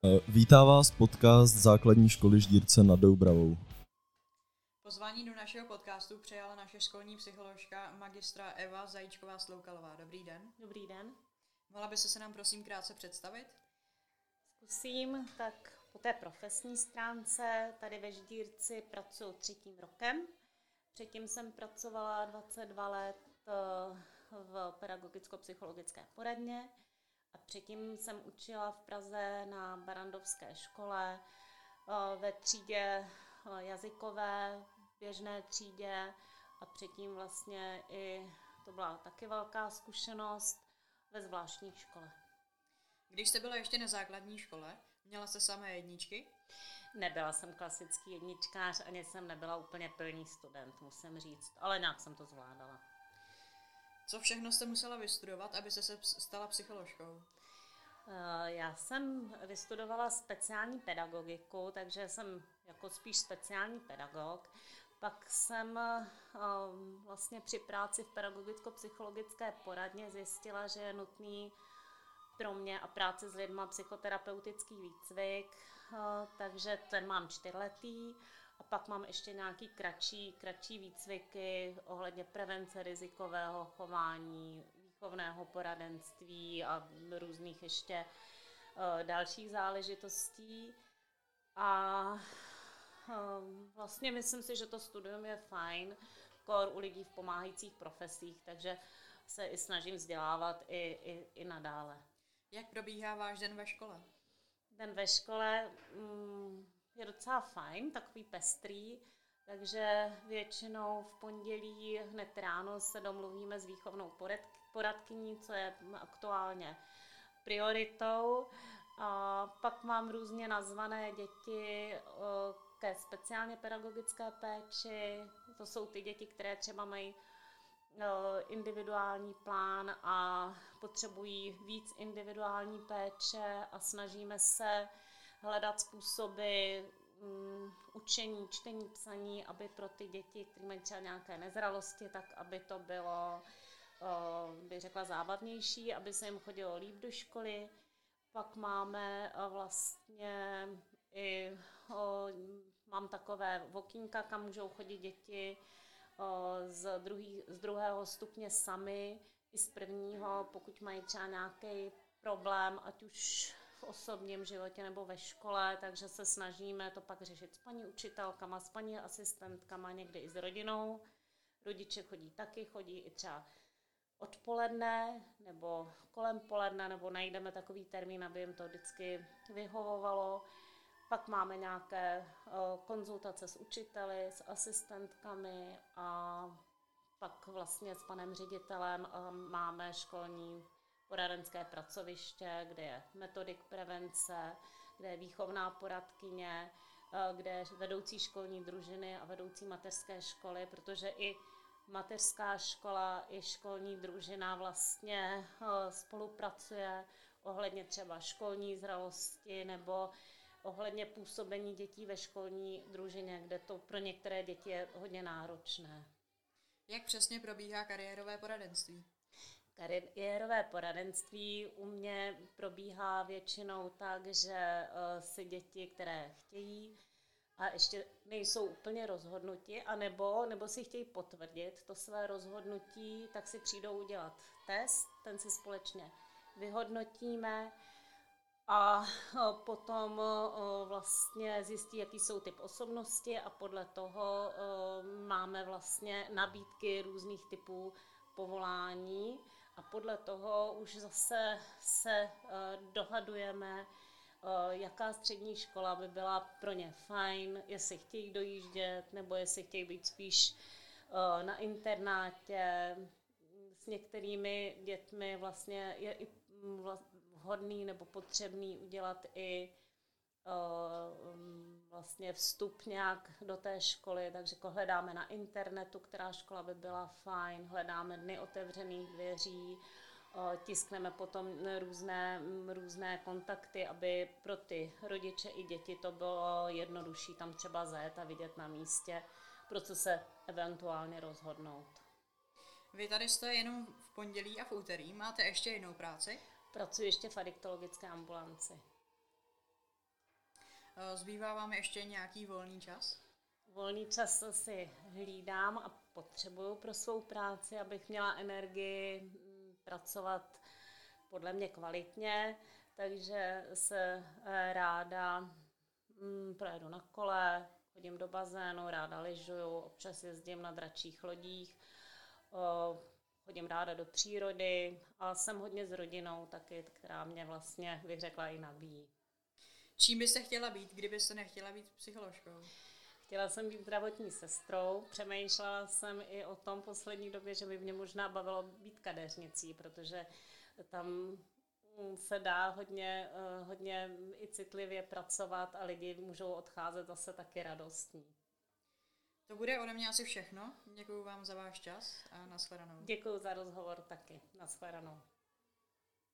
Vítá vás podcast Základní školy Ždírce nad Doubravou. Pozvání do našeho podcastu přijala naše školní psycholožka magistra Eva Zajíčková-Sloukalová. Dobrý den. Dobrý den. Mohla byste se nám prosím krátce představit? Zkusím, tak po té profesní stránce tady ve Ždírci pracuji 3. rokem. Předtím jsem pracovala 22 let v pedagogicko-psychologické poradně a předtím jsem učila v Praze na Barrandovské škole ve třídě jazykové, běžné třídě a předtím vlastně i to byla taky velká zkušenost ve zvláštní škole. Když jste byla ještě na základní škole, měla jste samé jedničky? Nebyla jsem klasický jedničkář, ani jsem nebyla úplně plný student, musím říct, ale nějak jsem to zvládala. Co všechno jste musela vystudovat, abyste se stala psycholožkou? Já jsem vystudovala speciální pedagogiku, takže jsem jako spíš speciální pedagog. Pak jsem vlastně při práci v pedagogicko-psychologické poradně zjistila, že je nutný pro mě a práci s lidma psychoterapeutický výcvik, takže ten mám 4letý a pak mám ještě nějaký kratší výcviky ohledně prevence rizikového chování, výchovného poradenství a různých ještě dalších záležitostí. A vlastně myslím si, že to studium je fajn, kor u lidí v pomáhajících profesích, takže se i snažím vzdělávat i nadále. Jak probíhá váš den ve škole? Den ve škole je docela fajn, takový pestrý, takže většinou v pondělí hned ráno se domluvíme s výchovnou poradkyní, co je aktuálně prioritou. A pak mám různě nazvané děti ke speciálně pedagogické péči. To jsou ty děti, které třeba mají individuální plán a potřebují víc individuální péče a snažíme se hledat způsoby učení, čtení, psaní, aby pro ty děti, které mají třeba nějaké nezralosti, tak aby to bylo, bych řekla, zábavnější, aby se jim chodilo líp do školy. Pak máme vlastně i, mám takové okýnka, kam můžou chodit děti z druhého stupně sami i z prvního, pokud mají třeba nějaký problém, ať už v osobním životě nebo ve škole, takže se snažíme to pak řešit s paní učitelkama, s paní asistentkama, někdy i s rodinou. Rodiče chodí i třeba odpoledne nebo kolem poledne, nebo najdeme takový termín, aby jim to vždycky vyhovovalo. Pak máme nějaké konzultace s učiteli, s asistentkami a pak vlastně s panem ředitelem máme školní poradenské pracoviště, kde je metodik prevence, kde je výchovná poradkyně, kde je vedoucí školní družiny a vedoucí mateřské školy, protože i mateřská škola i školní družina vlastně spolupracuje ohledně třeba školní zralosti nebo ohledně působení dětí ve školní družině, kde to pro některé děti je hodně náročné. Jak přesně probíhá kariérové poradenství? Kariérové poradenství u mě probíhá většinou tak, že si děti, které chtějí a ještě nejsou úplně rozhodnuti, nebo si chtějí potvrdit to své rozhodnutí, tak si přijdou udělat test, ten si společně vyhodnotíme a potom vlastně zjistí, jaký jsou typ osobnosti a podle toho máme vlastně nabídky různých typů povolání a podle toho už zase se dohadujeme, jaká střední škola by byla pro ně fajn, jestli chtějí dojíždět nebo jestli chtějí být spíš na internátě. S některými dětmi vlastně je i vhodný nebo potřebný udělat i vlastně vstup nějak do té školy, takže hledáme na internetu, která škola by byla fajn, hledáme dny otevřených dveří, tiskneme potom různé kontakty, aby pro ty rodiče i děti to bylo jednodušší tam třeba zajet a vidět na místě, pro co se eventuálně rozhodnout. Vy tady jste jenom v pondělí a v úterý, máte ještě jinou práci? Pracuji ještě v adiktologické ambulanci. Zbývá vám ještě nějaký volný čas? Volný čas si hlídám a potřebuju pro svou práci, abych měla energii pracovat podle mě kvalitně, takže se ráda projedu na kole, chodím do bazénu, ráda lyžuju, občas jezdím na dračích lodích, chodím ráda do přírody a jsem hodně s rodinou taky, která mě vlastně, bych řekla, i nabíjí. Čím byste chtěla být, kdybyste nechtěla být psycholožkou? Chtěla jsem být zdravotní sestrou, přemýšlela jsem i o tom poslední době, že by mě možná bavilo být kadeřnicí, protože tam se dá hodně i citlivě pracovat a lidi můžou odcházet zase taky radostní. To bude ode mě asi všechno. Děkuju vám za váš čas a nashledanou. Děkuju za rozhovor taky. Nashledanou.